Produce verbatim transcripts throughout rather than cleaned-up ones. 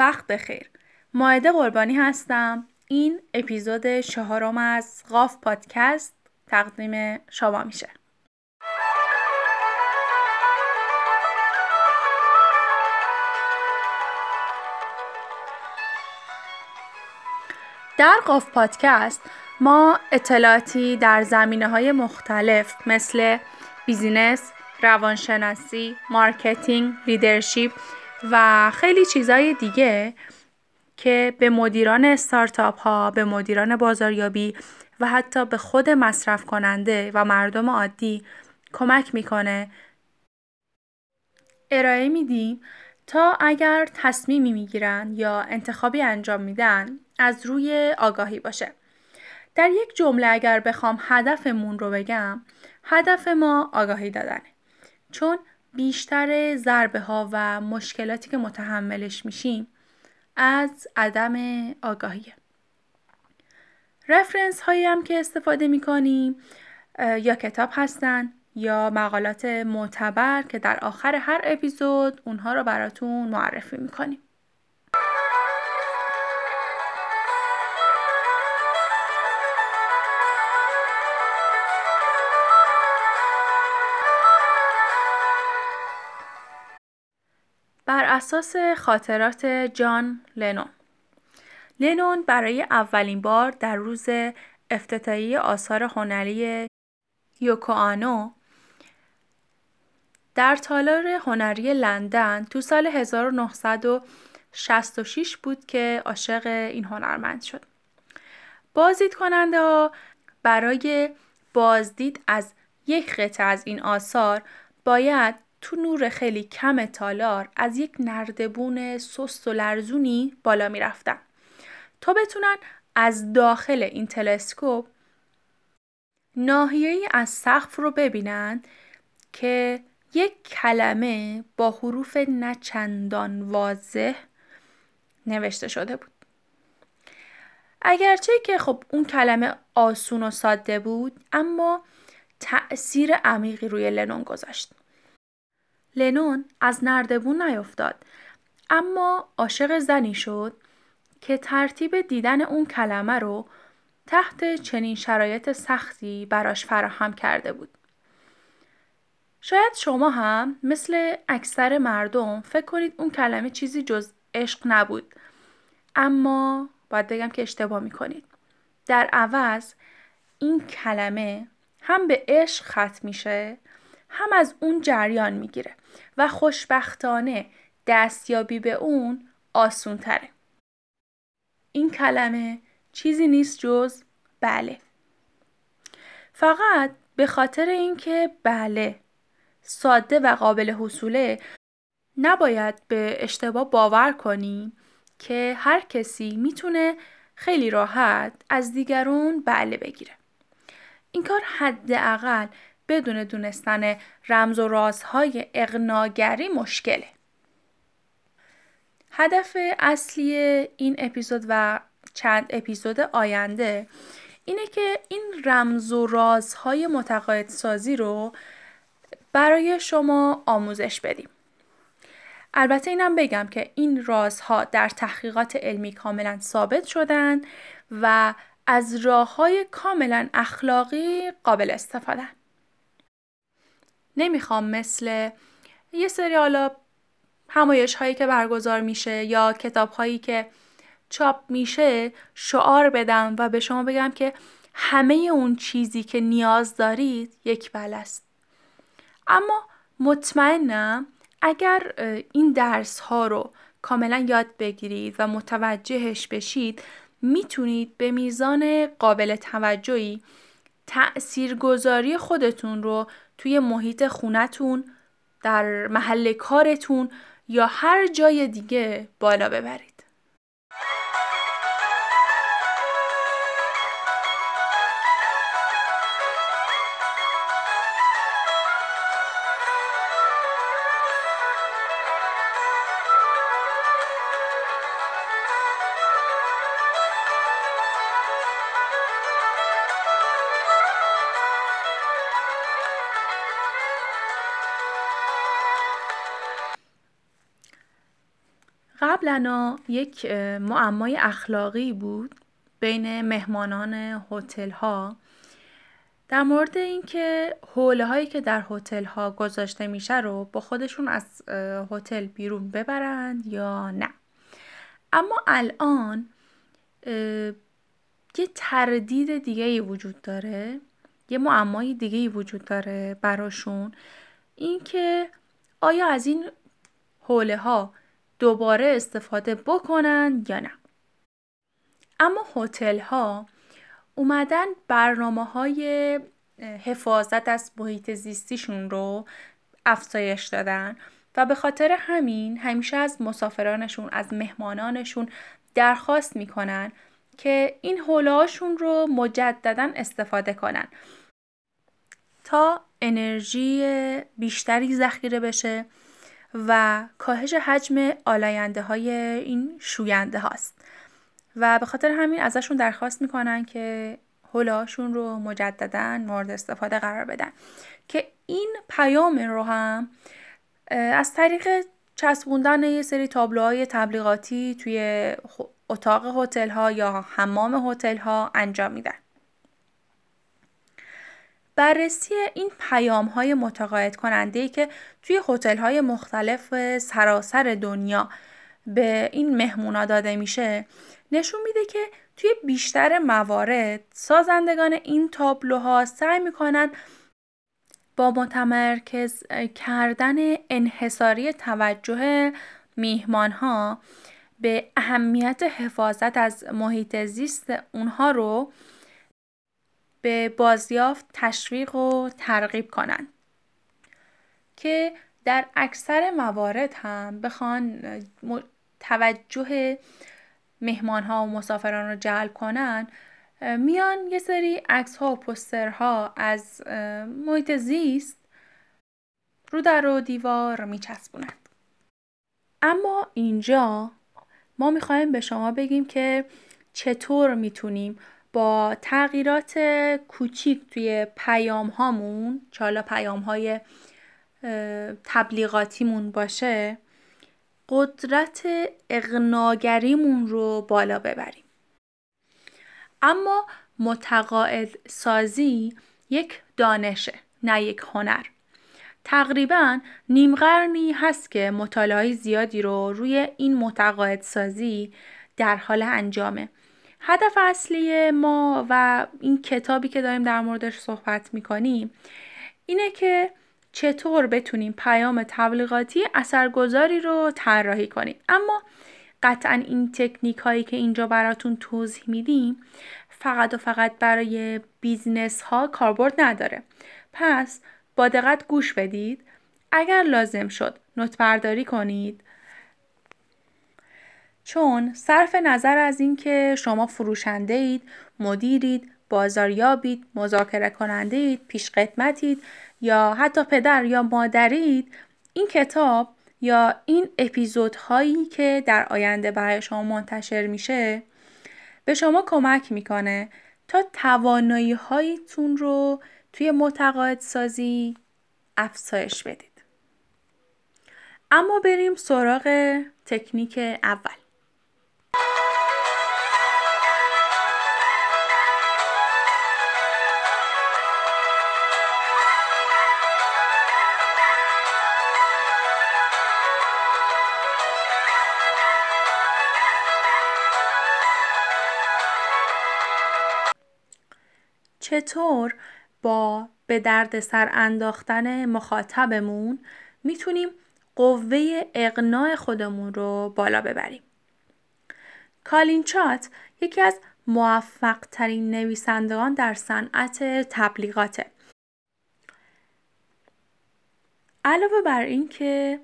وقت بخیر. مائده قربانی هستم. این اپیزود چهارم از قاف پادکست تقدیم شما میشه. در قاف پادکست ما اطلاعاتی در زمینه‌های مختلف مثل بیزینس، روانشناسی، مارکتینگ، لیدرشپ و خیلی چیزای دیگه که به مدیران استارتاپ ها، به مدیران بازاریابی و حتی به خود مصرف کننده و مردم عادی کمک میکنه ارائه میدیم تا اگر تصمیمی میگیرن یا انتخابی انجام میدن از روی آگاهی باشه. در یک جمله اگر بخوام هدفمون رو بگم، هدف ما آگاهی دادنه. چون بیشتر ضربه ها و مشکلاتی که متحملش میشیم از عدم آگاهیه. رفرنس هایی هم که استفاده میکنیم یا کتاب هستن یا مقالات معتبر که در آخر هر اپیزود اونها رو براتون معرفی میکنیم. بر اساس خاطرات جان لنون. لنون برای اولین بار در روز افتتاحیه آثار هنری یوکو آنو در تالار هنری لندن تو سال هزار و نهصد و شصت و شش بود که عاشق این هنرمند شد. بازدید کننده ها برای بازدید از یک قطعه از این آثار باید تو نور خیلی کم تالار از یک نردبون سست و لرزونی بالا می رفتن تا بتونن از داخل این تلسکوپ ناحیه‌ای از سقف رو ببینن که یک کلمه با حروف نه چندان واضح نوشته شده بود. اگرچه که خب اون کلمه آسون و ساده بود، اما تأثیر عمیقی روی لنون گذاشت. لنون از نردبون نیفتاد، اما عاشق زنی شد که ترتیب دیدن اون کلمه رو تحت چنین شرایط سختی براش فراهم کرده بود. شاید شما هم مثل اکثر مردم فکر کنید اون کلمه چیزی جز عشق نبود، اما باید بگم که اشتباه میکنید. در عوض این کلمه هم به عشق ختم میشه، هم از اون جریان میگیره و خوشبختانه دستیابی به اون آسون تره. این کلمه چیزی نیست جز بله. فقط به خاطر اینکه بله ساده و قابل حصوله، نباید به اشتباه باور کنیم که هر کسی میتونه خیلی راحت از دیگرون بله بگیره. این کار حداقل بدون دونستن رمز و رازهای اقناع‌گری مشکله. هدف اصلی این اپیزود و چند اپیزود آینده اینه که این رمز و رازهای متقاعدسازی رو برای شما آموزش بدیم. البته اینم بگم که این رازها در تحقیقات علمی کاملا ثابت شدن و از راه‌های کاملا اخلاقی قابل استفاده. نمیخوام مثل یه سری حالا همایش هایی که برگزار میشه یا کتاب هایی که چاپ میشه شعار بدم و به شما بگم که همه اون چیزی که نیاز دارید یک بله است. اما مطمئنم اگر این درس ها رو کاملا یاد بگیرید و متوجهش بشید میتونید به میزان قابل توجهی تأثیرگذاری خودتون رو توی محیط خونتون، در محل کارتون یا هر جای دیگه بالا ببرید. قبلا یک معمای اخلاقی بود بین مهمانان هتل ها در مورد اینکه حوله هایی که در هتل ها گذاشته میشه رو با خودشون از هتل بیرون ببرند یا نه. اما الان یه تردید دیگه ای وجود داره، یه معمای دیگه ای وجود داره براشون، اینکه آیا از این حوله ها دوباره استفاده بکنن یا نه. اما هتل ها اومدن برنامه‌های حفاظت از محیط زیستیشون رو افزایش دادن و به خاطر همین همیشه از مسافرانشون، از مهمانانشون درخواست میکنن که این حوله‌هاشون رو مجدداً استفاده کنن تا انرژی بیشتری ذخیره بشه و کاهش حجم آلاینده های این شوینده هاست و به خاطر همین ازشون درخواست میکنن که حوله‌هاشون رو مجدداً مورد استفاده قرار بدن، که این پیام رو هم از طریق چسبوندن یه سری تابلوهای تبلیغاتی توی اتاق هتل ها یا حمام هتل ها انجام میدن. بررسی این پیام های متقاعد کننده‌ای که توی هتل های مختلف سراسر دنیا به این مهمونا داده میشه نشون میده که توی بیشتر موارد سازندگان این تابلوها سعی میکنن با متمرکز کردن انحصاری توجه میهمانها به اهمیت حفاظت از محیط زیست اونها رو به بازیافت تشویق و ترغیب کنن، که در اکثر موارد هم بخوان توجه مهمانها و مسافران رو جلب کنن، میان یه سری عکس ها و پوسترها از محیط زیست رو در و دیوار میچسبونند. اما اینجا ما میخوایم به شما بگیم که چطور میتونیم با تغییرات کوچیک توی پیام هامون، چه حالا پیام های تبلیغاتیمون باشه، قدرت اقناگریمون رو بالا ببریم. اما متقاعد سازی یک دانشه، نه یک هنر. تقریباً نیم قرنی هست که مطالعه زیادی رو روی این متقاعد سازی در حال انجامه. هدف اصلی ما و این کتابی که داریم در موردش صحبت میکنیم اینه که چطور بتونیم پیام تبلیغاتی اثرگذاری رو طراحی کنیم. اما قطعاً این تکنیک هایی که اینجا براتون توضیح میدیم فقط و فقط برای بیزنس ها کاربرد نداره. پس با دقت گوش بدید. اگر لازم شد نوت برداری کنید، چون صرف نظر از این که شما فروشنده اید، مدیرید، بازاریابید، مذاکره کننده اید، پیش خدمتید یا حتی پدر یا مادرید، این کتاب یا این اپیزودهایی که در آینده برای شما منتشر میشه به شما کمک میکنه تا توانایی هایتون رو توی متقاعد سازی افزایش بدید. اما بریم سراغ تکنیک اول. چطور با به درد سر انداختن مخاطبمون میتونیم قوه اقناع خودمون رو بالا ببریم؟ کالین چات یکی از موفق ترین نویسندگان در صنعت تبلیغاته. علاوه بر این که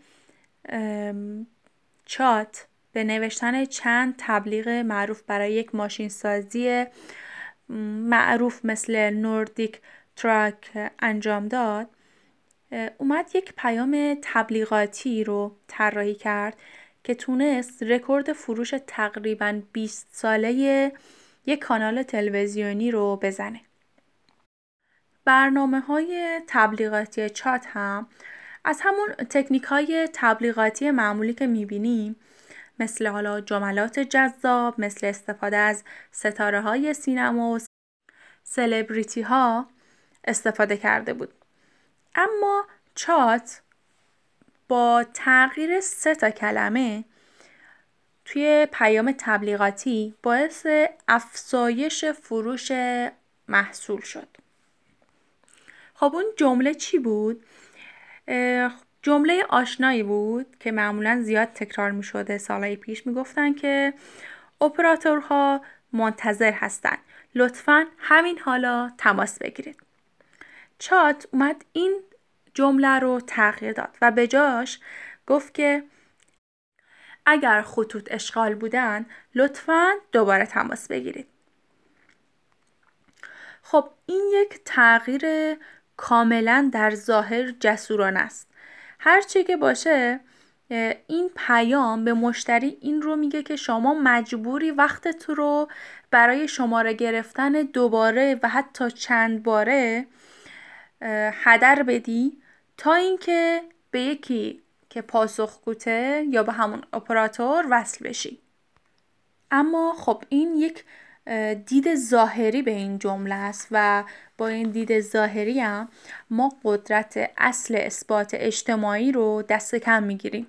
چات به نوشتن چند تبلیغ معروف برای یک ماشین سازی معروف مثل نوردیک تراک انجام داد، اومد یک پیام تبلیغاتی رو طراحی کرد که تونست رکورد فروش تقریباً بیست ساله یک کانال تلویزیونی رو بزنه. برنامه‌های تبلیغاتی چات هم از همون تکنیک‌های تبلیغاتی معمولی که می‌بینیم مثل حالا جملات جذاب، مثل استفاده از ستاره های سینما و سلبریتی ها استفاده کرده بود. اما چات با تغییر سه تا کلمه توی پیام تبلیغاتی باعث افزایش فروش محصول شد. خب اون جمله چی بود؟ جمله آشنایی بود که معمولا زیاد تکرار می شده. سالهای پیش می گفتن که اپراتورها منتظر هستن، لطفاً همین حالا تماس بگیرید. چات اومد این جمله رو تغییر داد و به جاش گفت که اگر خطوط اشغال بودن لطفاً دوباره تماس بگیرید. خب این یک تغییر کاملا در ظاهر جسورانه است. هر چی که باشه این پیام به مشتری این رو میگه که شما مجبوری وقتت رو برای شماره گرفتن دوباره و حتی چند باره هدر بدی تا اینکه به یکی که پاسخگوته یا به همون اپراتور وصل بشی. اما خب این یک دید ظاهری به این جمله است و با این دید ظاهری هم ما قدرت اصل اثبات اجتماعی رو دست کم میگیریم.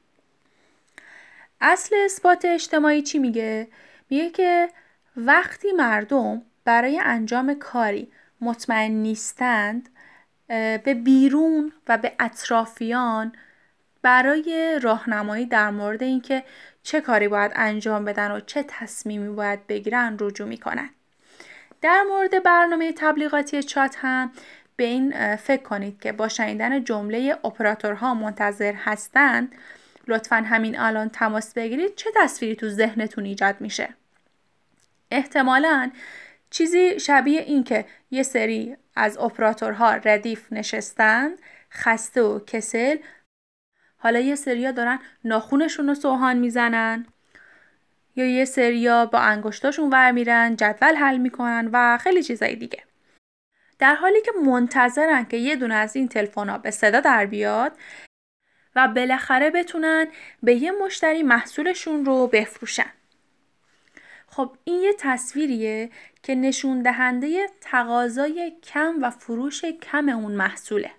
اصل اثبات اجتماعی چی میگه؟ میگه که وقتی مردم برای انجام کاری مطمئن نیستند به بیرون و به اطرافیان برای راهنمایی در مورد اینکه چه کاری باید انجام بدن و چه تصمیمی باید بگیرن رجوع میکنن. در مورد برنامه تبلیغاتی چات هم به این فکر کنید که با شنیدن جمله اپراتورها منتظر هستند لطفاً همین الان تماس بگیرید چه تصویری تو ذهنتون ایجاد میشه. احتمالاً چیزی شبیه این که یه سری از اپراتورها ردیف نشستن، خسته و کسل، حالا یه سریا دارن ناخونشون رو سوهان میزنن یا یه سریا با انگشتاشون ور میرن جدول حل میکنن و خیلی چیزای دیگه. در حالی که منتظرن که یه دونه از این تلفن‌ها به صدا در بیاد و بالاخره بتونن به یه مشتری محصولشون رو بفروشن. خب این یه تصویریه که نشون دهنده تقاضای کم و فروش کم اون محصوله.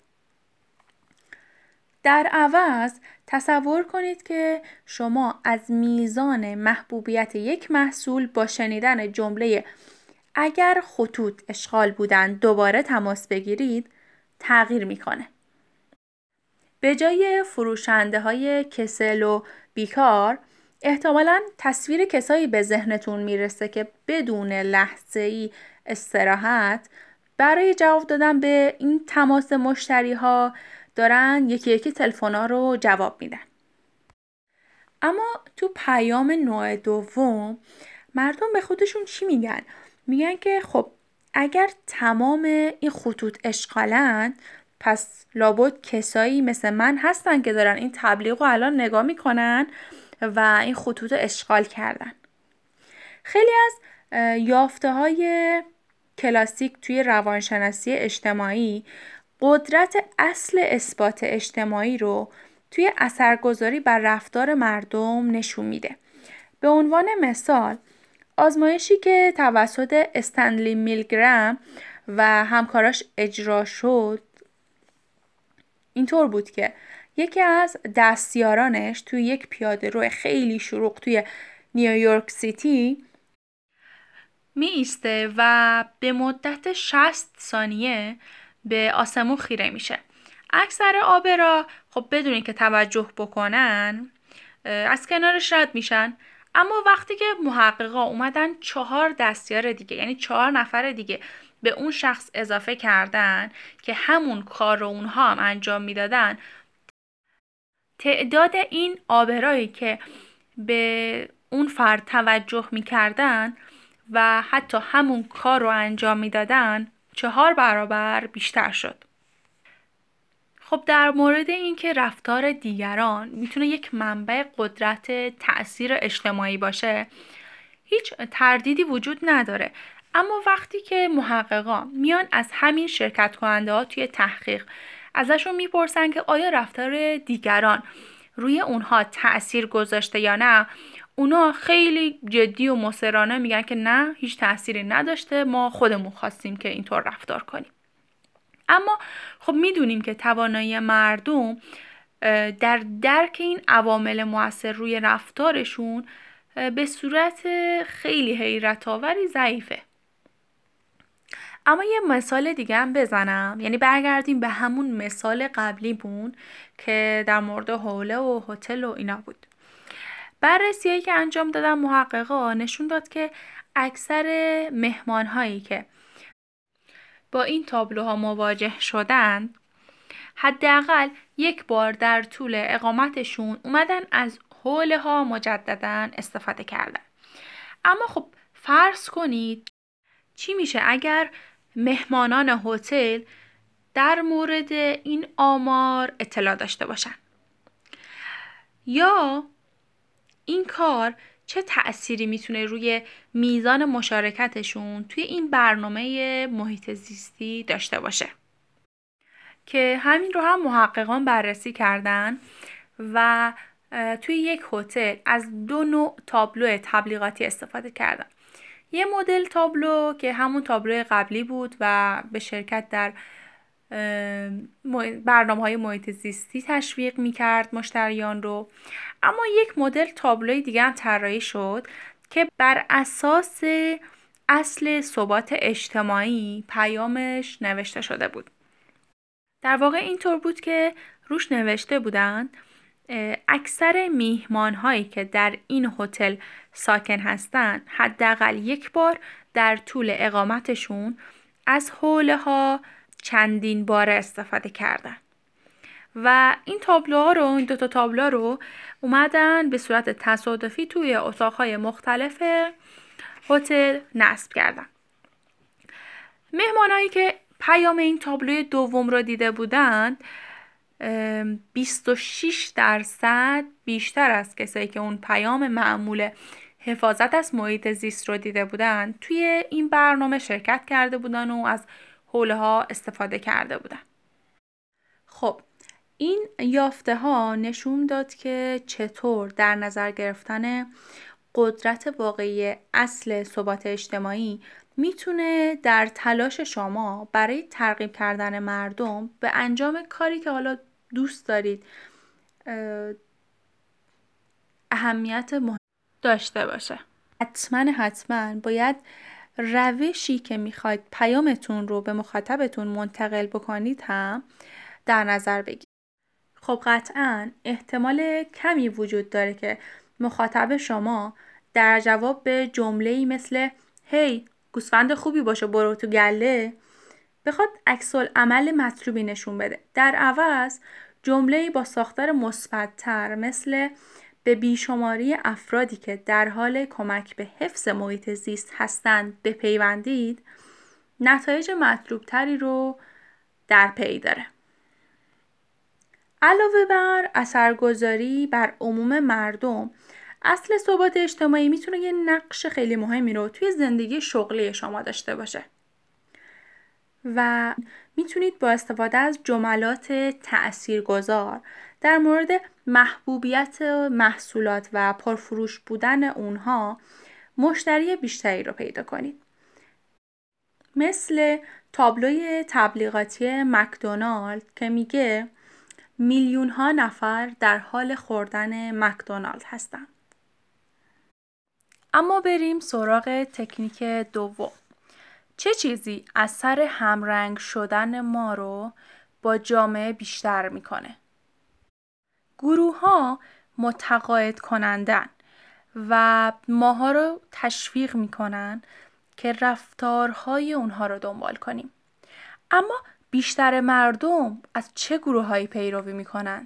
در عوض تصور کنید که شما از میزان محبوبیت یک محصول با شنیدن جمله اگر خطوط اشغال بودن دوباره تماس بگیرید تغییر میکنه. به جای فروشنده های کسل و بیکار احتمالاً تصویر کسایی به ذهنتون میرسه که بدون لحظه‌ای استراحت برای جواب دادن به این تماس مشتری ها دارن یکی یکی تلفن‌ها رو جواب میدن. اما تو پیام نوع دوم مردم به خودشون چی میگن؟ میگن که خب اگر تمام این خطوط اشغالن پس لابد کسایی مثل من هستن که دارن این تبلیغ رو الان نگاه میکنن و این خطوط رو اشغال کردن. خیلی از یافته های کلاسیک توی روانشناسی اجتماعی قدرت اصل اثبات اجتماعی رو توی اثرگذاری بر رفتار مردم نشون میده. به عنوان مثال آزمایشی که توسط استنلی میلگرام و همکاراش اجرا شد اینطور بود که یکی از دستیارانش توی یک پیاده رو خیلی شلوغ توی نیویورک سیتی می ایسته و به مدت شصت ثانیه به آسمون خیره میشه. اکثر آبرا خب بدون اینکه توجه بکنن از کنارش رد میشن، اما وقتی که محققا اومدن چهار دستیار دیگه یعنی چهار نفر دیگه به اون شخص اضافه کردن که همون کار رو اونها هم انجام میدادن، تعداد این آبرایی که به اون فرد توجه میکردن و حتی همون کار رو انجام میدادن چهار برابر بیشتر شد. خب در مورد اینکه رفتار دیگران میتونه یک منبع قدرت تأثیر اجتماعی باشه هیچ تردیدی وجود نداره، اما وقتی که محققان میان از همین شرکت کننده ها توی تحقیق ازشون میپرسن که آیا رفتار دیگران روی اونها تأثیر گذاشته یا نه، اونا خیلی جدی و مصرانه میگن که نه، هیچ تأثیری نداشته، ما خودمون خواستیم که اینطور رفتار کنیم. اما خب میدونیم که توانایی مردم در درک این عوامل مؤثر روی رفتارشون به صورت خیلی حیرت آوری ضعیفه. اما یه مثال دیگه هم بزنم، یعنی برگردیم به همون مثال قبلیمون که در مورد حوله و هتل و اینا بود. بررسی‌هایی که انجام دادن محققا نشون داد که اکثر مهمان‌هایی که با این تابلوها مواجه شدند حداقل یک بار در طول اقامتشون اومدن از حوله ها مجدداً استفاده کردن. اما خب فرض کنید چی میشه اگر مهمانان هتل در مورد این آمار اطلاع داشته باشن؟ یا این کار چه تأثیری میتونه روی میزان مشارکتشون توی این برنامه محیط زیستی داشته باشه؟ که همین رو هم محققان بررسی کردن و توی یک هتل از دو نوع تابلو تبلیغاتی استفاده کردن. یه مدل تابلو که همون تابلو قبلی بود و به شرکت در برنامه‌های محیط زیستی تشویق می‌کرد مشتریان رو. اما یک مدل تابلوی دیگه هم طراحی شد که بر اساس اصل ثبات اجتماعی پیامش نوشته شده بود. در واقع اینطور بود که روش نوشته بودند اکثر میهمان هایی که در این هتل ساکن هستند حداقل یک بار در طول اقامتشون از حوله ها چندین بار استفاده کردن و این تابلوها رو این دو تا تابلوها رو اومدن به صورت تصادفی توی اتاقهای مختلف هتل نصب کردن. مهمانایی که پیام این تابلوی دوم رو دیده بودند بیست و شش درصد بیشتر از کسایی که اون پیام معمول حفاظت از محیط زیست رو دیده بودند توی این برنامه شرکت کرده بودن و از حوله ها استفاده کرده بودن. خب این یافته ها نشون داد که چطور در نظر گرفتن قدرت واقعی اصل ثبات اجتماعی میتونه در تلاش شما برای ترغیب کردن مردم به انجام کاری که حالا دوست دارید اهمیت مهم داشته باشه. حتما حتما باید روشی که میخواید پیامتون رو به مخاطبتون منتقل بکنید هم در نظر بگیرید. خب قطعا احتمال کمی وجود داره که مخاطب شما در جواب به جمله‌ای مثل هی گوسفند خوبی باشه برو تو گله بخواد عکس‌العمل مطلوبی نشون بده. در عوض جمله‌ای با ساختار مثبت‌تر مثل به بیشماری افرادی که در حال کمک به حفظ محیط زیست هستند بپیوندید نتایج مطلوبتری رو در پی داره. علاوه بر اثرگذاری بر عموم مردم، اصل ثبات اجتماعی میتونه یه نقش خیلی مهمی رو توی زندگی شغلی شما داشته باشه و میتونید با استفاده از جملات تأثیرگذار در مورد محبوبیت محصولات و پرفروش بودن اونها مشتری بیشتری رو پیدا کنید. مثل تابلوی تبلیغاتی مکدونالد که میگه میلیون ها نفر در حال خوردن مکدونالد هستند. اما بریم سراغ تکنیک دوم. چه چیزی اثر همرنگ شدن ما رو با جامعه بیشتر میکنه؟ گروه ها متقاعد کنندن و ماها رو تشویق میکنن که رفتارهای اونها رو دنبال کنیم. اما بیشتر مردم از چه گروه هایی پیروی میکنن؟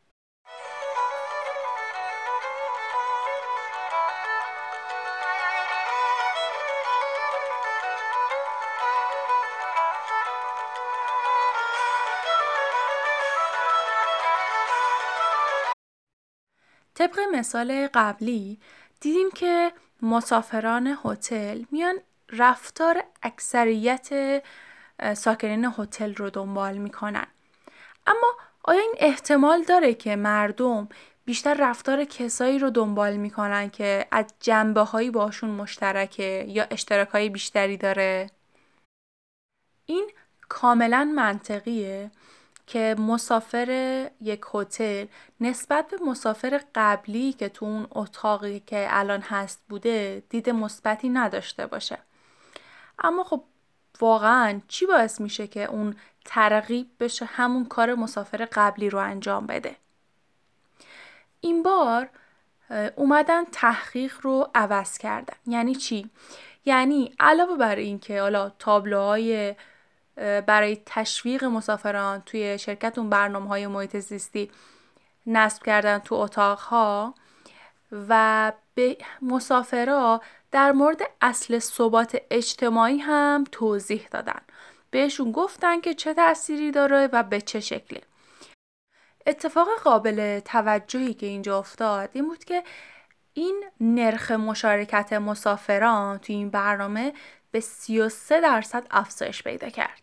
طبق مثال قبلی دیدیم که مسافران هتل میان رفتار اکثریت ساکنین هتل رو دنبال میکنن. اما آیا این احتمال داره که مردم بیشتر رفتار کسایی رو دنبال میکنن که از جنبه هایی باشون مشترکه یا اشتراک های بیشتری داره. این کاملا منطقیه که مسافر یک هتل نسبت به مسافر قبلی که تو اون اتاقی که الان هست بوده دید مثبتی نداشته باشه. اما خب واقعا چی باعث میشه که اون ترغیب بشه همون کار مسافر قبلی رو انجام بده؟ این بار اومدن تحقیق رو عوض کردن. یعنی چی؟ یعنی علاوه بر این که حالا تابلوهای برای تشویق مسافران توی شرکت اون برنامه‌های محیط زیستی نصب کردن تو اتاقها و به مسافرها در مورد اصل ثبات اجتماعی هم توضیح دادن. بهشون گفتن که چه تأثیری داره و به چه شکله. اتفاق قابل توجهی که اینجا افتاد این بود که این نرخ مشارکت مسافران توی این برنامه به سی و سه درصد افزایش پیدا کرد.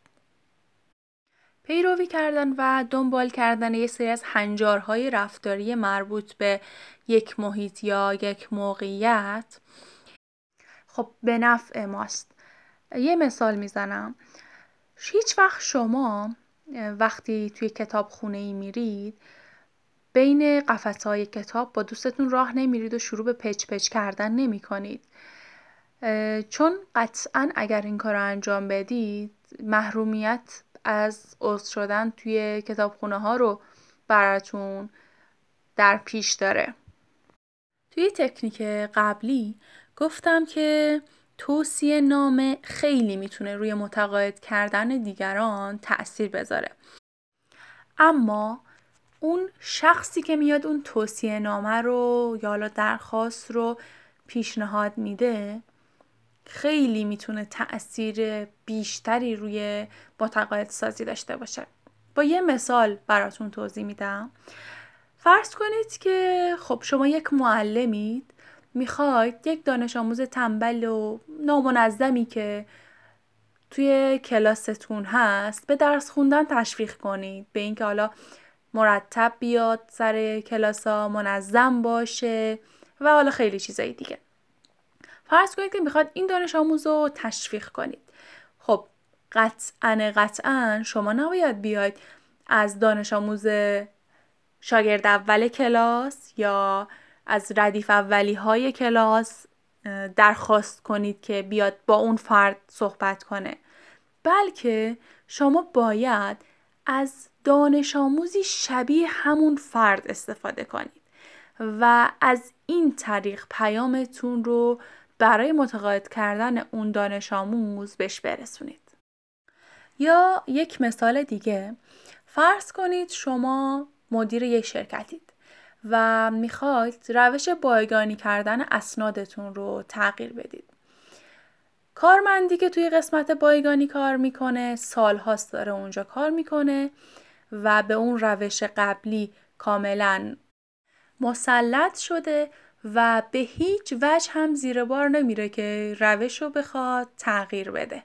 پیروی کردن و دنبال کردن یه سری از هنجارهای رفتاری مربوط به یک محیط یا یک موقعیت خب به نفع ماست. یه مثال میزنم. هیچ وقت شما وقتی توی کتابخونه‌ای میرید بین قفسه‌های کتاب با دوستتون راه نمیرید و شروع به پچ پچ کردن نمی کنید. چون قطعاً اگر این کار رو انجام بدید محرومیت از عضو شدن توی کتابخونه ها رو براتون در پیش داره. توی تکنیک قبلی گفتم که توصیه نامه خیلی میتونه روی متقاعد کردن دیگران تأثیر بذاره. اما اون شخصی که میاد اون توصیه نامه رو یا حالا درخواست رو پیشنهاد میده خیلی میتونه تأثیر بیشتری روی متقاعد سازی داشته باشه. با یه مثال براتون توضیح میدم. فرض کنید که خب شما یک معلمید، میخواید یک دانش آموز تنبل و نامنظمی که توی کلاستون هست به درس خوندن تشویق کنید، به اینکه حالا مرتب بیاد سر کلاسا، منظم باشه و حالا خیلی چیزایی دیگه. فرض کنید که میخواد این دانش آموز رو تشویق کنید. خب قطعاً قطعاً شما نباید بیاید از دانش آموز شاگرد اول کلاس یا از ردیف اولی های کلاس درخواست کنید که بیاد با اون فرد صحبت کنه، بلکه شما باید از دانش آموزی شبیه همون فرد استفاده کنید و از این طریق پیامتون رو برای متقاعد کردن اون دانش آموز بهش برسونید. یا یک مثال دیگه، فرض کنید شما مدیر یک شرکتید و میخواید روش بایگانی کردن اسنادتون رو تغییر بدید. کارمندی که توی قسمت بایگانی کار میکنه سالهاست داره اونجا کار میکنه و به اون روش قبلی کاملا مسلط شده و به هیچ وجه هم زیر بار نمیره که روش رو بخواد تغییر بده.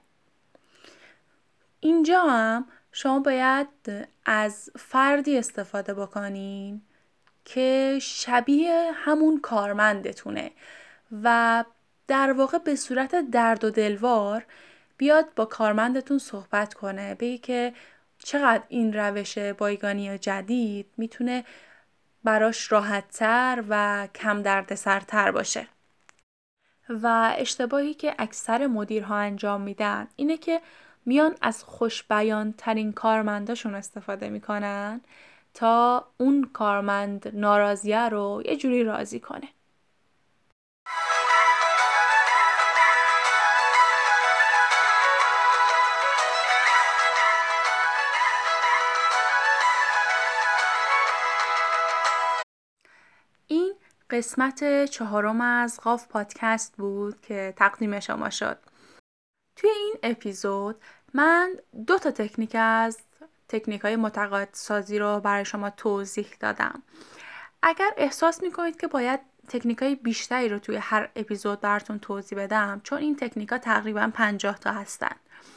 اینجا هم شما باید از فردی استفاده بکنین که شبیه همون کارمندتونه و در واقع به صورت درد و دلوار بیاد با کارمندتون صحبت کنه، بگه که چقدر این روش بایگانی جدید میتونه براش راحت‌تر و کم دردسرتر باشه. و اشتباهی که اکثر مدیرها انجام میدن اینه که میان از خوشبیان ترین کارمنداشون استفاده میکنن تا اون کارمند ناراضیه رو یه جوری راضی کنه. این قسمت چهارم از قاف پادکست بود که تقدیم شما شد. توی این اپیزود من دو تا تکنیک از تکنیک‌های متقاعد سازی رو برای شما توضیح دادم. اگر احساس می‌کنید که باید تکنیک‌های بیشتری رو توی هر اپیزود براتون توضیح بدم، چون این تکنیک‌ها تقریباً پنجاه تا هستن،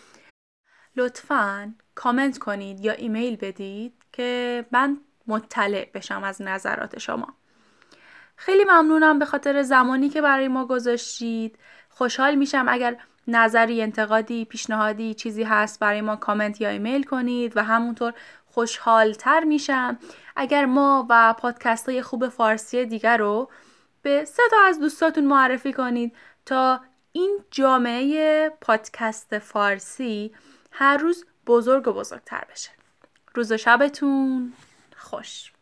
لطفاً کامنت کنید یا ایمیل بدید که من مطلع بشم از نظرات شما. خیلی ممنونم به خاطر زمانی که برای ما گذاشتید. خوشحال میشم اگر نظری، انتقادی، پیشنهادی چیزی هست برای ما کامنت یا ایمیل کنید و همونطور خوشحالتر میشم اگر ما و پادکست های خوب فارسی دیگر رو به سه تا از دوستاتون معرفی کنید تا این جامعه پادکست فارسی هر روز بزرگ و بزرگتر بشه. روز و شبتون خوش.